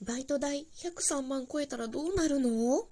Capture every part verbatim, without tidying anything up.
バイト代ひゃくさんまん超えたらどうなるの？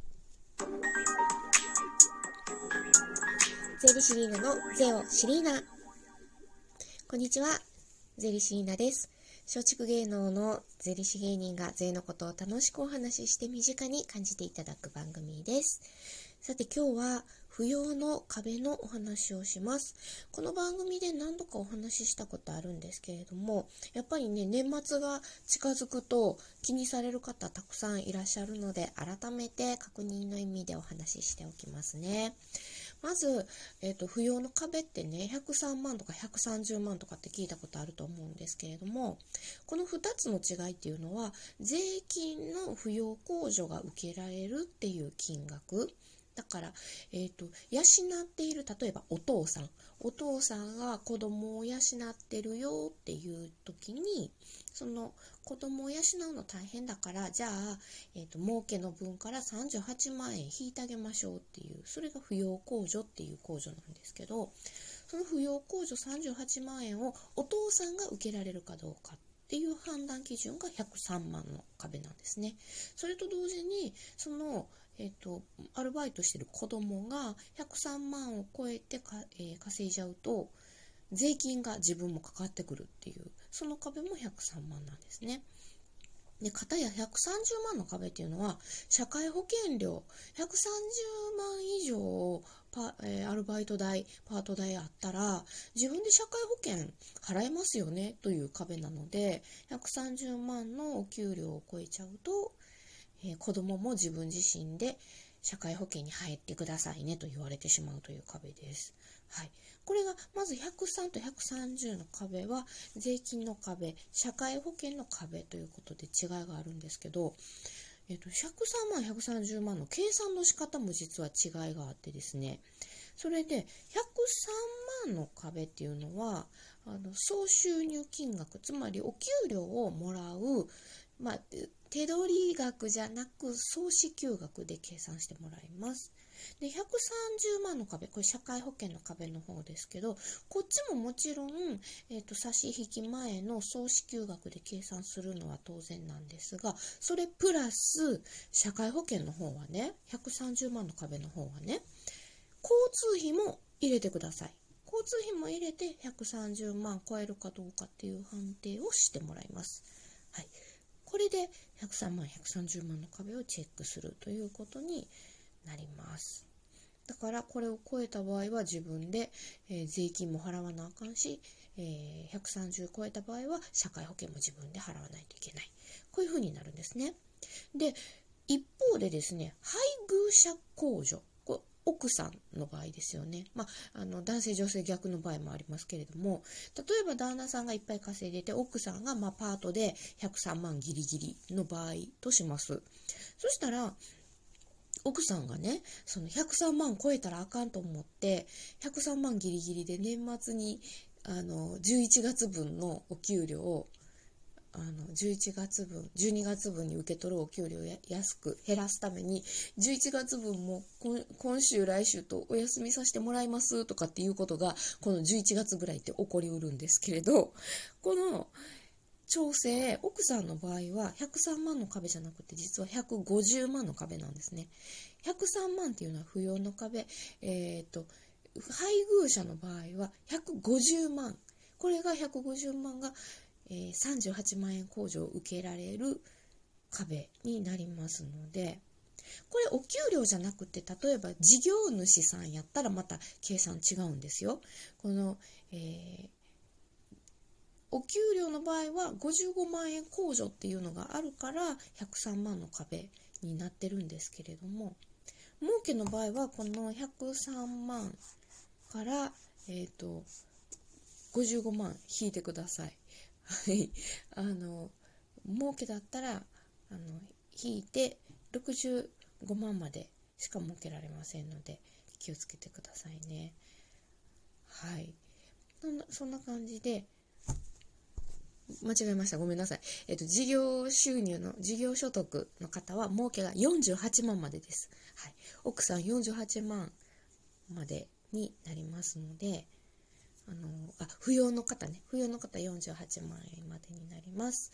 税理士リーナの税をシリーナ。こんにちは、税理士リーナです。松竹芸能の税理士芸人が税のことを楽しくお話しして身近に感じていただく番組です。さて今日は扶養の壁のお話をします。この番組で何度かお話ししたことあるんですけれども、やっぱりね、年末が近づくと気にされる方たくさんいらっしゃるので、改めて確認の意味でお話ししておきますね。まず、えーと、扶養の壁ってね、ひゃくさんまんとかひゃくさんじゅうまんとかって聞いたことあると思うんですけれども、このふたつの違いっていうのは、税金の扶養控除が受けられるっていう金額だから、えーと、養っている、例えばお父さんお父さんが子供を養ってるよっていう時に、その子供を養うの大変だから、じゃあ、えーと、儲けの分からさんじゅうはちまんえん引いてあげましょうっていう、それが扶養控除っていう控除なんですけど、その扶養控除さんじゅうはちまんえんをお父さんが受けられるかどうかっていう判断基準がひゃくさんまんの壁なんですね。それと同時に、そのえっと、アルバイトしてる子供がひゃくさんまんを超えてか、えー、稼いじゃうと、税金が自分もかかってくるっていう、その壁もひゃくさんまんなんですね。で、片やひゃくさんじゅうまんの壁っていうのは、社会保険料ひゃくさんじゅうまん以上パ、えー、アルバイト代、パート代あったら、自分で社会保険払えますよねという壁なので、ひゃくさんじゅうまんのお給料を超えちゃうと、えー、子供も自分自身で社会保険に入ってくださいねと言われてしまうという壁です。はい、これがまずひゃくさんとひゃくさんじゅうの壁は税金の壁、社会保険の壁ということで違いがあるんですけど、えー、とひゃくさんまんひゃくさんじゅうまんの計算の仕方も実は違いがあってですね、それでひゃくさんまんの壁っていうのは、あの総収入金額、つまりお給料をもらう、まあ、手取り額じゃなく総支給額で計算してもらいます。で、ひゃくさんじゅうまんの壁、これ社会保険の壁の方ですけど、こっちももちろん、えーと、差し引き前の総支給額で計算するのは当然なんですが、それプラス社会保険の方はね、ひゃくさんじゅうまんの壁の方はね、交通費も入れてください。交通費も入れてひゃくさんじゅうまん超えるかどうかっていう判定をしてもらいます。はい。これでひゃくさんまん、ひゃくさんじゅうまんの壁をチェックするということになります。だからこれを超えた場合は自分で、えー、税金も払わなあかんし、えー、ひゃくさんじゅう超えた場合は社会保険も自分で払わないといけない。こういうふうになるんですね。で、一方でですね、配偶者控除。奥さんの場合ですよね。まあ、あの男性女性逆の場合もありますけれども、例えば旦那さんがいっぱい稼いでて、奥さんがまあパートでひゃくさんまんギリギリの場合とします。そしたら奥さんがね、そのひゃくさんまん超えたらあかんと思ってひゃくさんまんギリギリで年末にあのじゅういちがつぶんのお給料をあのじゅういちがつぶん、じゅうにがつぶんに受け取るお給料を安く減らすために、じゅういちがつぶんも今週来週とお休みさせてもらいますとかっていうことがこのじゅういちがつぐらいって起こりうるんですけれど、この調整、奥さんの場合はひゃくさんまんの壁じゃなくて実はひゃくごじゅうまんの壁なんですね。ひゃくさんまんっていうのは扶養の壁、えーと、配偶者の場合はひゃくごじゅうまん、これがひゃくごじゅうまんがえー、さんじゅうはちまんえん控除を受けられる壁になりますので、これお給料じゃなくて、例えば事業主さんやったらまた計算違うんですよ。この、えー、お給料の場合はごじゅうごまんえん控除っていうのがあるからひゃくさんまんの壁になってるんですけれども、儲けの場合はこのひゃくさんまんから、えーと、ごじゅうごまん引いてください。はい、あの儲けだったらあの引いてろくじゅうごまんまでしか儲けられませんので気をつけてくださいね。はい、そんな、そんな感じで、間違えました、ごめんなさい。えっと事業収入の事業所得の方は儲けがよんじゅうはちまんまでです。はい、奥さんよんじゅうはちまんまでになりますので、あのあ扶養の方ね扶養の方よんじゅうはちまんえんまでになります。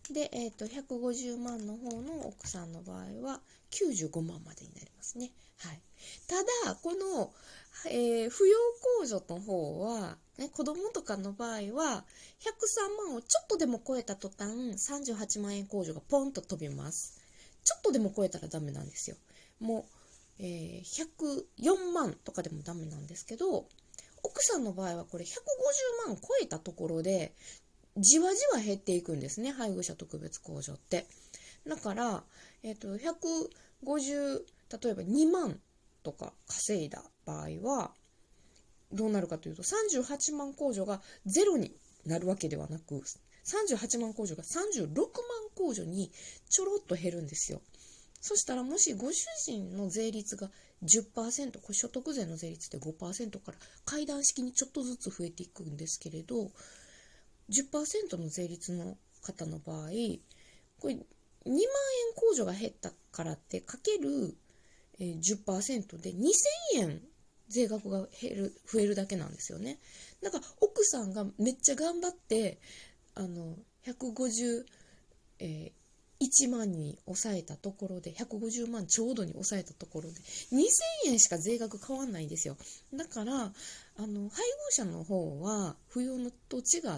で、えーと、ひゃくごじゅうまんの方の奥さんの場合はきゅうじゅうごまんまでになりますね。はい。ただ、この、えー、扶養控除の方は、ね、子供とかの場合は、ひゃくさんまんをちょっとでも超えた途端、さんじゅうはちまんえん控除がポンと飛びます。ちょっとでも超えたらダメなんですよ。もう、えー、ひゃくよんまんとかでもダメなんですけど、奥さんの場合はこれひゃくごじゅうまん超えたところで、じわじわ減っていくんですね、配偶者特別控除って。だから、えっと、ひゃくごじゅう、例えばにまんとか稼いだ場合は、どうなるかというと、さんじゅうはちまん控除がゼロになるわけではなく、さんじゅうはちまん控除がさんじゅうろくまん控除にちょろっと減るんですよ。そしたらもしご主人の税率が じゅっパーセント、所得税の税率って ごパーセント から階段式にちょっとずつ増えていくんですけれど、じゅっパーセント の税率の方の場合、これにまんえん控除が減ったからってかける じゅっパーセント でにせんえん税額が減る増えるだけなんですよね。だから奥さんがめっちゃ頑張ってあのひゃくごじゅういちまんに抑えたところで、ひゃくごじゅうまんちょうどに抑えたところでにせんえんしか税額変わんないんですよ。だからあの配偶者の方は扶養のと違って、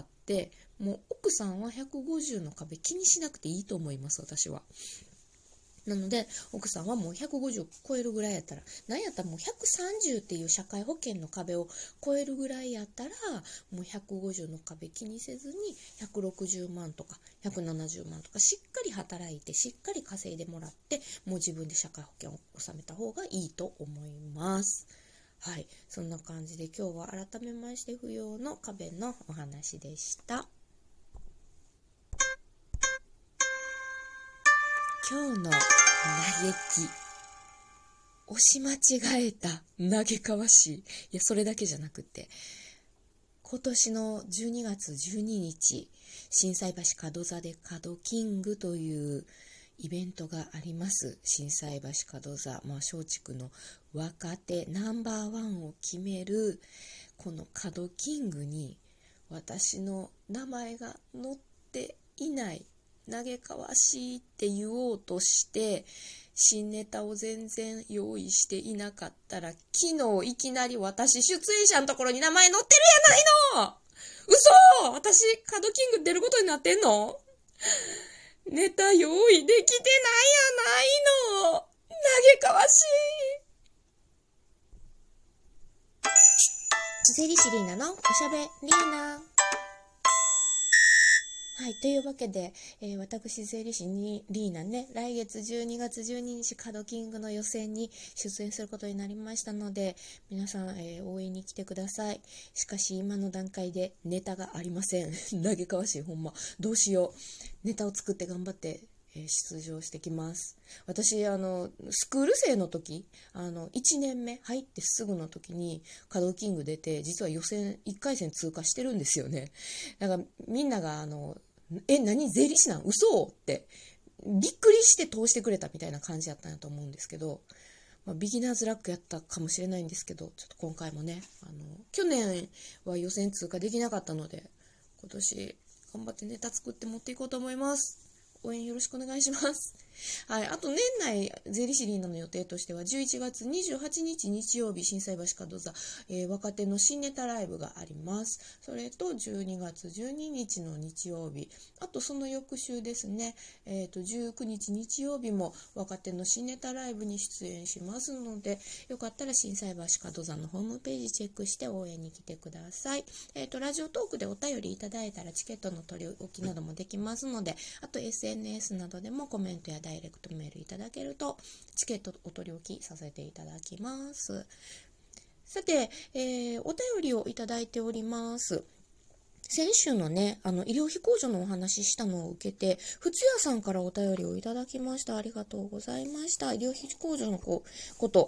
もう奥さんはひゃくごじゅうの壁気にしなくていいと思います、私は。なので奥さんはもうひゃくごじゅう超えるぐらいやったら、なんやったらもうひゃくさんじゅうっていう社会保険の壁を超えるぐらいやったら、もうひゃくごじゅうの壁気にせずにひゃくろくじゅうまんとかひゃくななじゅうまんとかしっかり働いてしっかり稼いでもらって、もう自分で社会保険を納めた方がいいと思います。はい、そんな感じで今日は改めまして扶養の壁のお話でした。今日の嘆き、押し間違えた、嘆かわしい。いや、それだけじゃなくて、今年のじゅうにがつじゅうににち、心斎橋門座で門キングというイベントがあります。心斎橋門座、まあ、松竹の若手ナンバーワンを決めるこの門キングに私の名前が載っていない、嘆かわしいって言おうとして新ネタを全然用意していなかったら、昨日いきなり私出演者のところに名前載ってるやないの。嘘、私門キング出ることになってんの。ネタ用意できてないやないの。嘆かわしい。税理士リーナのおしゃべリーナ。はい、というわけで、えー、私税理士にリーナね、来月じゅうにがつじゅうににち門キングの予選に出演することになりましたので、皆さん、えー、応援に来てください。しかし今の段階でネタがありません。嘆かわしい、ほんまどうしよう。ネタを作って頑張って出場してきます。私あのスクール生の時、あのいちねんめ入ってすぐの時に門キング出て、実は予選いっかい戦通過してるんですよね。だからみんながあのえ何税理士なん嘘ってびっくりして通してくれたみたいな感じやったんやと思うんですけど、まあ、ビギナーズラックやったかもしれないんですけど、ちょっと今回もね、あの去年は予選通過できなかったので、今年頑張ってネタ作って持っていこうと思います。応援よろしくお願いします。はい、あと年内税理士リーナの予定としてはじゅういちがつにじゅうはちにち日曜日、心斎橋門座、えー、若手の新ネタライブがあります。それとじゅうにがつじゅうににちの日曜日、あとその翌週ですね、えー、とじゅうくにち日曜日も若手の新ネタライブに出演しますので、よかったら心斎橋門座のホームページチェックして応援に来てください。えー、とラジオトークでお便りいただいたらチケットの取り置きなどもできますので、あと エスエヌエス などでもコメントやダイレクトメールいただけるとチケットお取り置きさせていただきます。さて、えー、お便りをいただいております。先週のね、あの医療費控除のお話ししたのを受けて、ふつやさんからお便りをいただきました。ありがとうございました。医療費控除のここと、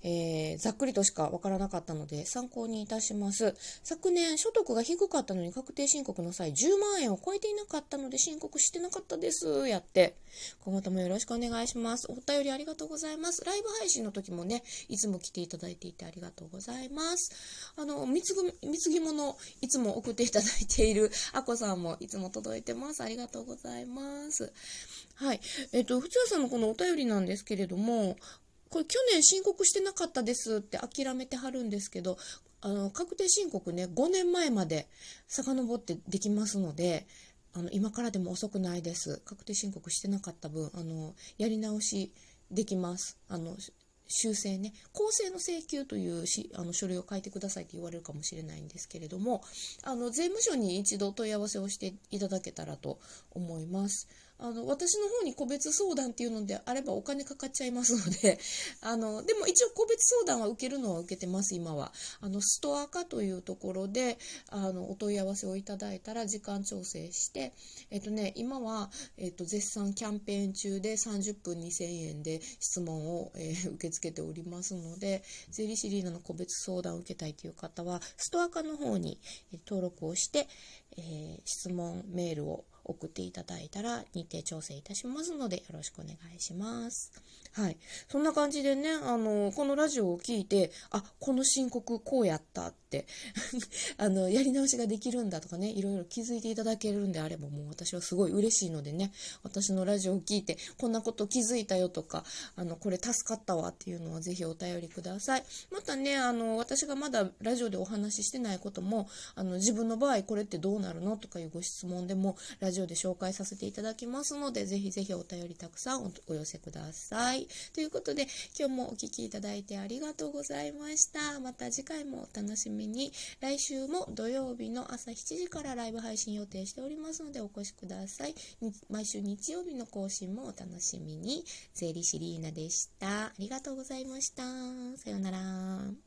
えー、ざっくりとしかわからなかったので参考にいたします。昨年所得が低かったのに確定申告の際じゅうまんえんを超えていなかったので申告してなかったです。やって。今後ともよろしくお願いします。お便りありがとうございます。ライブ配信の時もね、いつも来ていただいていてありがとうございます。あの、貢ぎ、貢ぎ物いつも送っていただいているあこさんもいつも届いてます。ありがとうございます。はい。えっと、ふつやさんのこのお便りなんですけれども、これ去年申告してなかったですって諦めてはるんですけど、あの、確定申告ね、ごねんまえまで遡ってできますので、あの、今からでも遅くないです。確定申告してなかった分、あの、やり直しできます。あの、修正ね、公正の請求というしあの書類を書いてくださいって言われるかもしれないんですけれども、あの税務署に一度問い合わせをしていただけたらと思います。あの私の方に個別相談っていうのであればお金かかっちゃいますので、あのでも一応個別相談は受けるのは受けてます。今はあのストア化というところであのお問い合わせをいただいたら時間調整して、えっとね、今は、えっと、絶賛キャンペーン中でさんじゅっぷんにせんえんで質問を、えー、受け付けておりますので、税理士リーナの個別相談を受けたいという方はストア化の方に登録をして、えー、質問メールを送っていただいたら日程調整いたしますのでよろしくお願いします。はい。そんな感じでね、あの、このラジオを聞いて、あ、この申告こうやったって、あの、やり直しができるんだとかね、いろいろ気づいていただけるんであれば、もう私はすごい嬉しいのでね、私のラジオを聞いて、こんなこと気づいたよとか、あの、これ助かったわっていうのはぜひお便りください。またね、あの、私がまだラジオでお話ししてないことも、あの、自分の場合これってどうなるのとかいうご質問でも、ラジオで紹介させていただきますので、ぜひぜひお便りたくさん お, お寄せください。ということで、今日もお聞きいただいてありがとうございました。また次回もお楽しみに。来週も土曜日の朝しちじからライブ配信予定しておりますのでお越しください。毎週日曜日の更新もお楽しみに。税理士リーナでした。ありがとうございました。さようなら。